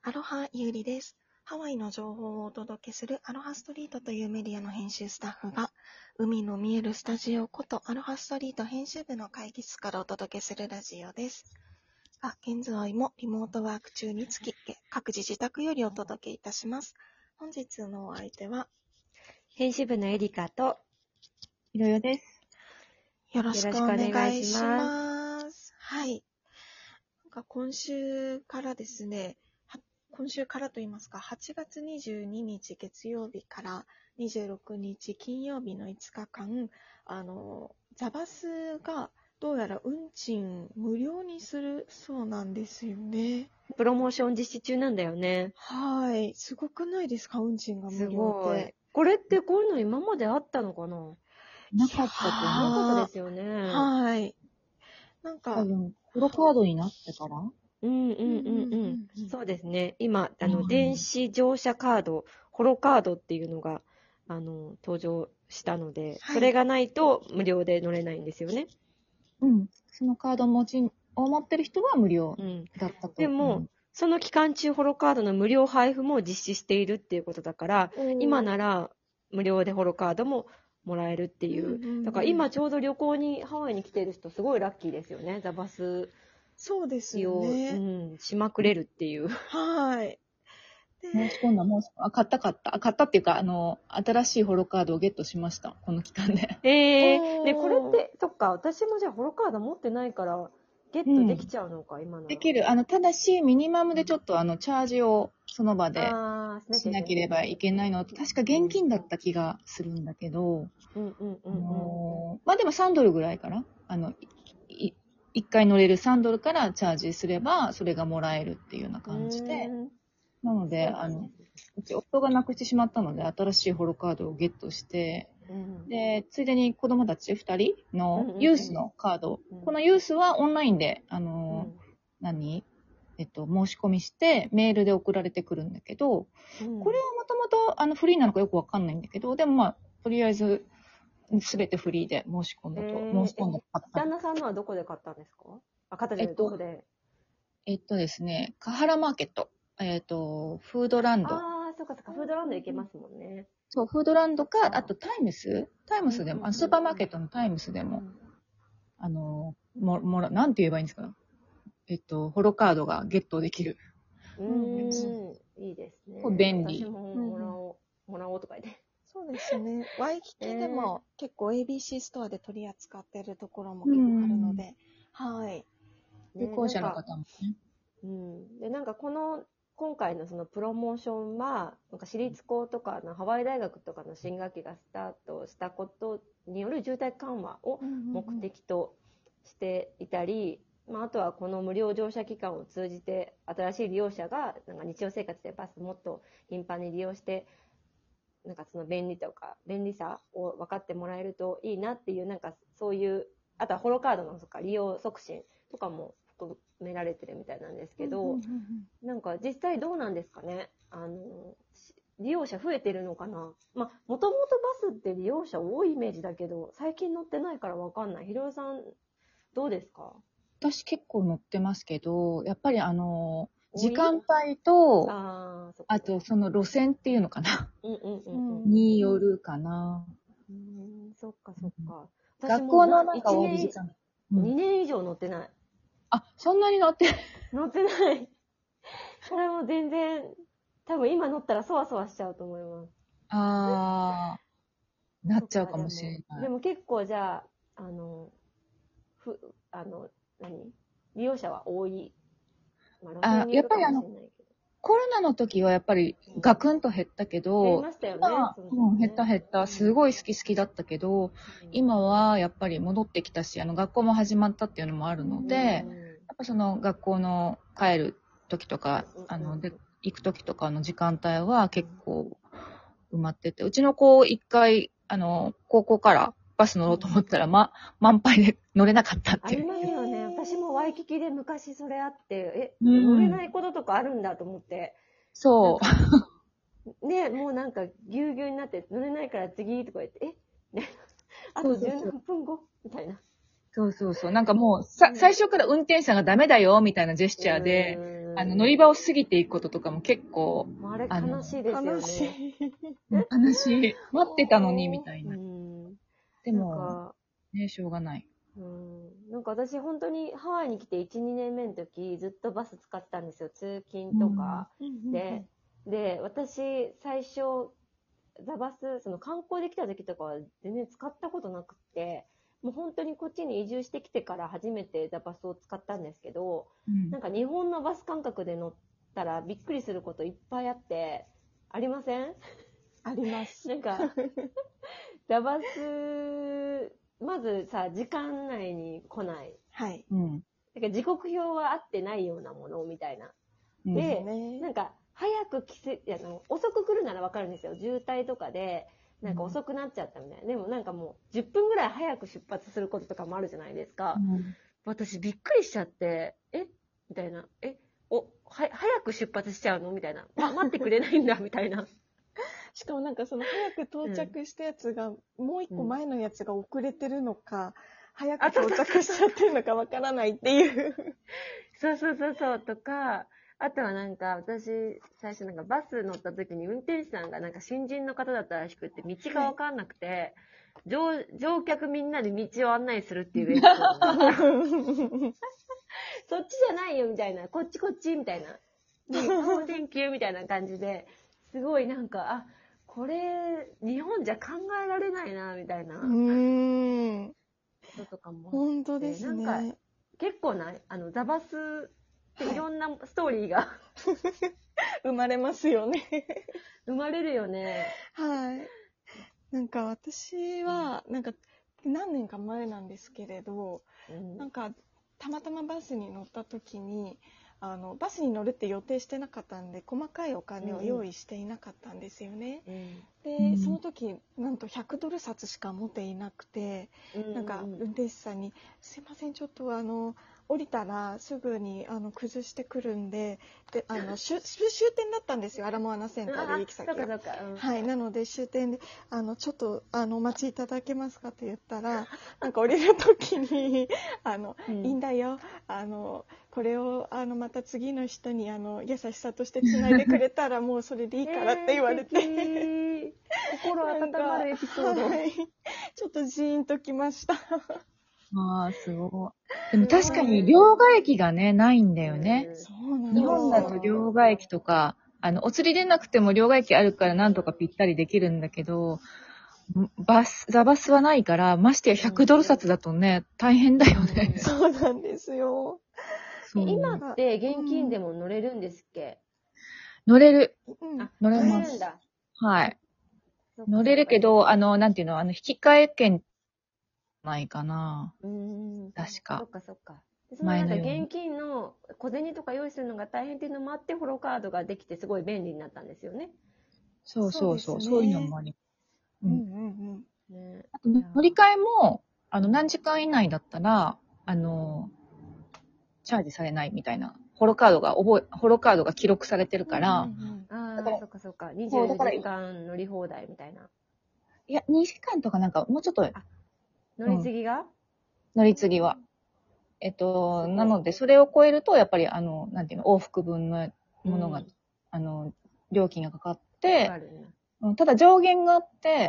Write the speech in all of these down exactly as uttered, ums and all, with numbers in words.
アロハゆうりです。ハワイの情報をお届けするアロハストリートというメディアの編集スタッフが、海の見えるスタジオことアロハストリート編集部の会議室からお届けするラジオです。が、現在もリモートワーク中につき、各自自宅よりお届けいたします。本日のお相手は、 編集部のエリカと、 ひろよです。 よろしくおよろしくお願願いしいしますます。はい。なんか今週からですね、は今週からといいますか、はちがつにじゅうににち月曜日からにじゅうろくにち金曜日のいつかかん、あの、ザバスがどうやら運賃無料にするそうなんですよね。 プロモーション実施中なんだよね。 はい。すごくないですか、運賃がす無料っごいて。。 これってこういうの今まであったのかな？ なかったといやー思う。 なかったですよね。 はい。なんか、 多分、プロカードになってからうんうんうんうんうんううんん。そうですね。今、あの、 うん電子乗車カード、ホロカードっていうのが、あの、登場したので、 はいそれがないと無料で乗れないんですよね。 うん。そのカード持ちを持ってる人は無料うん。 だったと。 でも、その期間中、ホロカードの無料配布も実施しているっていうことだから、今なら無料でホロカードももらえるっていう。 うんうんうんだから今ちょうど旅行に、ハワイに来てる人すごいラッキーですよね。ザバスそうですよ利用、うね。 ん、しまくれるっていう。 はい。で、 申し込んだ、申しあ、買った買った。あ、買ったっていうか、あの、新しいホロカードをゲットしました。この期間で。 ええおーー、で、これって、そっか、私もじゃあホロカード持ってないから、ゲットできちゃうのか、今なら。 できる。あの、ただし、ミニマムでちょっと、あの、チャージをその場であー、 しなければいけないのと、確か現金だった気がするんだけど、 うんうんうんあうん。 のーまあ、でもさんドルぐらいから、あの、いいっかい乗れるさんドルからチャージすれば、それがもらえるっていうような感じで、 うーんなので、あの、うち夫がなくしてしまったので、新しいホロカードをゲットして、 うんで、ついでに子供たちふたりのユースのカード、 うんうんこのユースはオンラインで、あうの、 ん何えっと、申し込みして、メールで送られてくるんだけど、 うんこれはもともと、あの、フリーなのかよくわかんないんだけど、でもまあ、とりあえず、すべてフリーで申し込んだと、 えー申し込んだと買った旦那さんのはどこで買ったんですか？あ、買ったじゃない、 えっとどこで。 えっとですね、カハラマーケット、えっと、フードランド。 ああ、そうかそうか、フードランド行けますもんね。 そう、フードランドか、あとタイムスタイムスでも、 うんうんうんあのスーパーマーケットのタイムスでも、あの、も、もら、なんて言えばいいんですか？えっと、ホロカードがゲットできる。 うーん、いいですね。 これ便利私ももらおう、もらおうとか言って。 そうですね。ワイキキでも結構 エービーシー ストアで取り扱ってるところもう結構あるんので、はい。 旅行者の方もね。 うん、でなんかこの今回のそのプロモーションはなんか私立高とかのハワイ大学とかの新学期がスタートしたことによる渋滞緩和を目的としていたり、まあ、あとはこの無料乗車期間を通じて新しい利用者がなんか日常生活でバスもっと頻繁に利用してなんかその便利とか便利さを分かってもらえるといいなっていうなんかそういうあとはホロカードのとか利用促進とかも含められてるみたいなんですけど、 うんうんうんなんか実際どうなんですかね。あの利用者増えてるのかな。まあもともとバスって利用者多いイメージだけど最近乗ってないからわかんない。ひろよさんどうですか？ 私結構乗ってますけど、やっぱりあの、 多い時間帯と、 あーそっかあとその路線っていうのかなうんうんうんうん。 によるかな。 うーんそっかそっか。 学校のなんか 1 多い年時間。うんにねん以上乗ってない。 あ、そんなに乗って乗ってない。これも全然、多分今乗ったらそわそわしちゃうと思います。 あー、なっちゃうかもしれでもない。 でも結構じゃあ、あの、ふ、あの、何利用者は多い。まあ、路線によるかもしれないけど。 コロナの時はやっぱりガクンと減ったけど、 減りましたよね今その時ねうん、減った減った。すごい好き好きだったけど、今はやっぱり戻ってきたし、あの学校も始まったっていうのもあるので、やっぱその学校の帰る時とか、あの、で、行く時とかの時間帯は結構埋まってて、うちの子一回、あの、高校からバス乗ろうと思ったら、ま、満杯で乗れなかったっていう。 ありますよね。私もワイキキで昔それあって、え、 うん乗れないこととかあるんだと思って。 そう。 ね、もうなんかぎゅうぎゅうになって乗れないから次とか言って、え、ね、あとそうそうそうじゅうなんぷんごみたいな。 そうそうそう。なんかもう、さ、最初から運転手さんがダメだよ、みたいなジェスチャーで、あの、乗り場を過ぎていくこととかも結構、 もうあれ悲しいですよね。 悲しい。 悲しい。待ってたのに、みたいな。 うん。 でなんも、 か、 ね、しょうがない。 うん、なんか私本当にハワイに来ていち、にねんめの時ずっとバス使ってたんですよ。通勤とか。で、で、私最初、ザバス、その観光で来た時とかは全然使ったことなくって、もう本当にこっちに移住してきてから初めてザバスを使ったんですけど、 うん、 なんか日本のバス感覚で乗ったらびっくりすることいっぱいあって、ありません？ あります。 なんか、ザバス、まずさ、時間内に来ない。 はい。 うん。 なんか時刻表は合ってないようなものみたいな。 うん、 で、 ね、 なんか、早く来せ、いや、遅く来るならわかるんですよ。渋滞とかで、なんか遅くなっちゃったみたいな。でもなんかもう、じゅっぷんぐらい早く出発することとかもあるじゃないですか。 うん、 私びっくりしちゃって、えみたいな。えお、は、早く出発しちゃうのみたいな。ま、待ってくれないんだみたいな。 しかもなんかその早く到着したやつが、もう一個前のやつが遅れてるのか、早く到着しちゃってるのかわからないっていう。 そうそうそうそうとか、あとはなんか私最初なんかバス乗った時に運転手さんがなんか新人の方だったらしくて道がわかんなくて、乗, 乗客みんなで道を案内するっていうエピソードそっちじゃないよみたいな、こっちこっちみたいな、で、おー、Thank you みたいな感じで、すごいなんか、あ、これ日本じゃ考えられないなみたいなうーん。 こととかもあって、 本当ですね。 なんか結構なあのザバスっていろんなストーリーが、はい、 生まれますよね。 生まれるよね。 はい。なんか私は、なんか何年か前なんですけれど、 うん、 なんかたまたまバスに乗った時に、あのバスに乗るって予定してなかったんで、細かいお金を用意していなかったんですよね。うん、で、うん、その時なんとひゃくドル札しか持っていなくて、うん、なんか運転手さんに「すいません、ちょっとあの降りたらすぐにあの崩してくるんで」で、あの終点だったんですよ、アラモアナセンターで行き先が。そうかそうか、うん、はい、なので終点であのちょっとあのお待ちいただけますかって言ったら、なんか降りる時にあの、うん、いいんだよ、あのこれをあのまた次の人にあの優しさとしてつないでくれたらもうそれでいいからって言われて、 えー、心温まるエピソード、はい、 ちょっとジーンときました。 ああ、すごい。でも確かに両替機がね、ないんだよね。 そうなん日本だと両替機とか、あの、お釣り出なくても両替機あるからなんとかぴったりできるんだけど、バス、ザバスはないから、ましてやひゃくドル札だとね、大変だよね。 そうなんですよ。 今って現金でも乗れるんですっけ？ 乗れる。 うん、あ、 乗れます。 乗れるんだ。 はい。乗れるけど、あの、なんていうの、あの、引き換え券ないかな。 うん。 確か。 そっかそっか。そのなんか現金の小銭とか用意するのが大変っていうのもあって、ホロカードができてすごい便利になったんですよね。 そうそうそう。そういうのもあり。 うんうんうん。 ね、あと乗り換えも、あの、何時間以内だったら、あの、チャージされないみたいな。ホロカードが覚え、ホロカードが記録されてるから。 うんうんうん、ああ、そっかそっか。にじゅうよじかん乗り放題みたいな。 いや、にじかんとかなんか、もうちょっと。あ、 乗り継ぎが、うん、 乗り継ぎは。えっと、なので、それを超えると、やっぱり、あの、なんていうの、往復分のものが、うん、あの、料金がかかって、うん、ただ上限があって、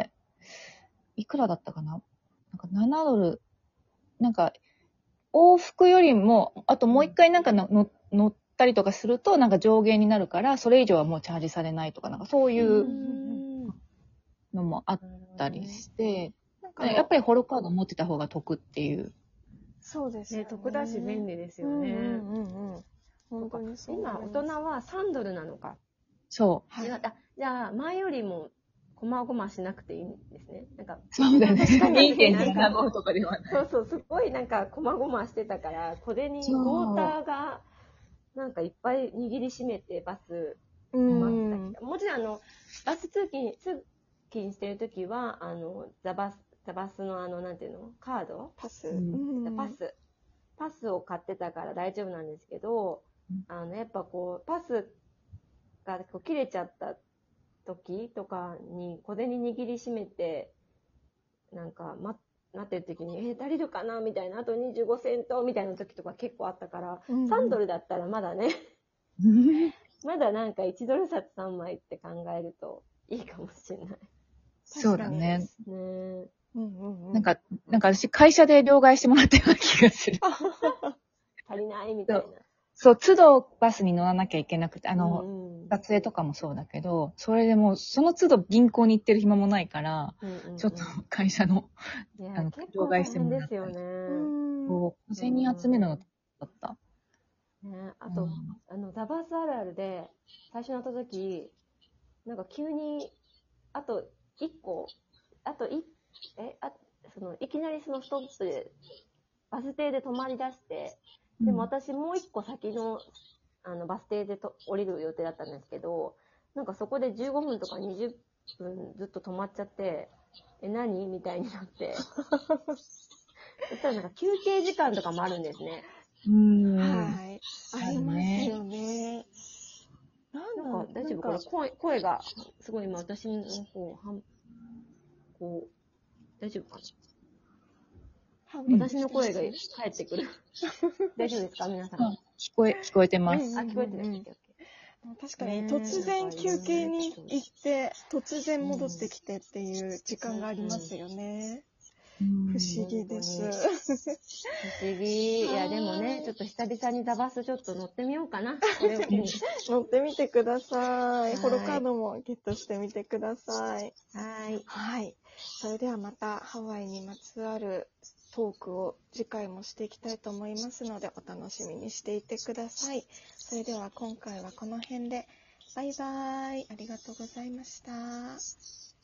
いくらだったかな？なんかななドル、なんか、往復よりも、あともう一回なんかの、の乗ったりとかすると、なんか上限になるから、それ以上はもうチャージされないとか、なんかそういうのもあったりして、なんかやっぱりホロカード持ってた方が得っていう。 そうですね。 得だし便利ですよね。うんうんうん、本当にそう。今、大人はさんドルなのか。 そう。 はい、あ、じゃあ、前よりも、こまごましなくていいんですね。なんか、 そうだね。にてんななごとかではない。 そうそう、すごいなんか、こまごましてたから、これに、ウォーターが、なんかいっぱい握りしめてバス、 うんもちろん、あの、バス通勤、通勤してるときは、あの、ザバス、ザバスのあの、なんていうのカードパス、 うん、パス。パスを買ってたから大丈夫なんですけど、あの、やっぱこう、パスがこう切れちゃった時とかに小銭握りしめて、なんか、ま、 なってる時に、えー、足りるかなみたいな、あとにじゅうごセントみたいな時とか結構あったから、 うんうん、 さんドルだったらまだね、まだなんかいちドル札さんまいって考えるといいかもしれない。 そうだね。 ねえ。うんうんうん、 なんか、なんか私会社で両替してもらったような気がする。 足りないみたいな。 そう、都度バスに乗らなきゃいけなくて、あの、 うんうん、 撮影とかもそうだけど、それでもう、その都度銀行に行ってる暇もないから、うんうんうん、ちょっと会社の、 いやあの、 結構大変ですよね。 そう、小銭集めるのだった。 ね、あと、うん、あの、ザバスあるあるで、最初乗った時、なんか急に、あといっこ、あとい、え、あ、その、いきなりそのストップで、バス停で止まり出して、でも私もういっこ先の、あの、バス停でと降りる予定だったんですけど、なんかそこでじゅうごふんとかにじゅっぷんずっと止まっちゃって、え、何みたいになって。そしたらなんか休憩時間とかもあるんですね。 うん。はい。ありますよね。 なんか大丈夫これ声、声が、すごい今私の方、はん、こう、大丈夫かな、私の声が返ってくる。大丈夫ですか皆さん。 聞こえ、聞こえてます。 うんうんうん、あ、聞こえてる。 確かに突然休憩に行って、突然戻ってきてっていう時間がありますよね。うん、不思議です。 不思議。いや、でもね、ちょっと久々にザバスちょっと乗ってみようかな。これを機に。 乗ってみてください。ホロカードもゲットしてみてください。 はい。 はい。それではまたハワイにまつわるトークを次回もしていきたいと思いますので、お楽しみにしていてください。それでは今回はこの辺で、バイバイ。ありがとうございました。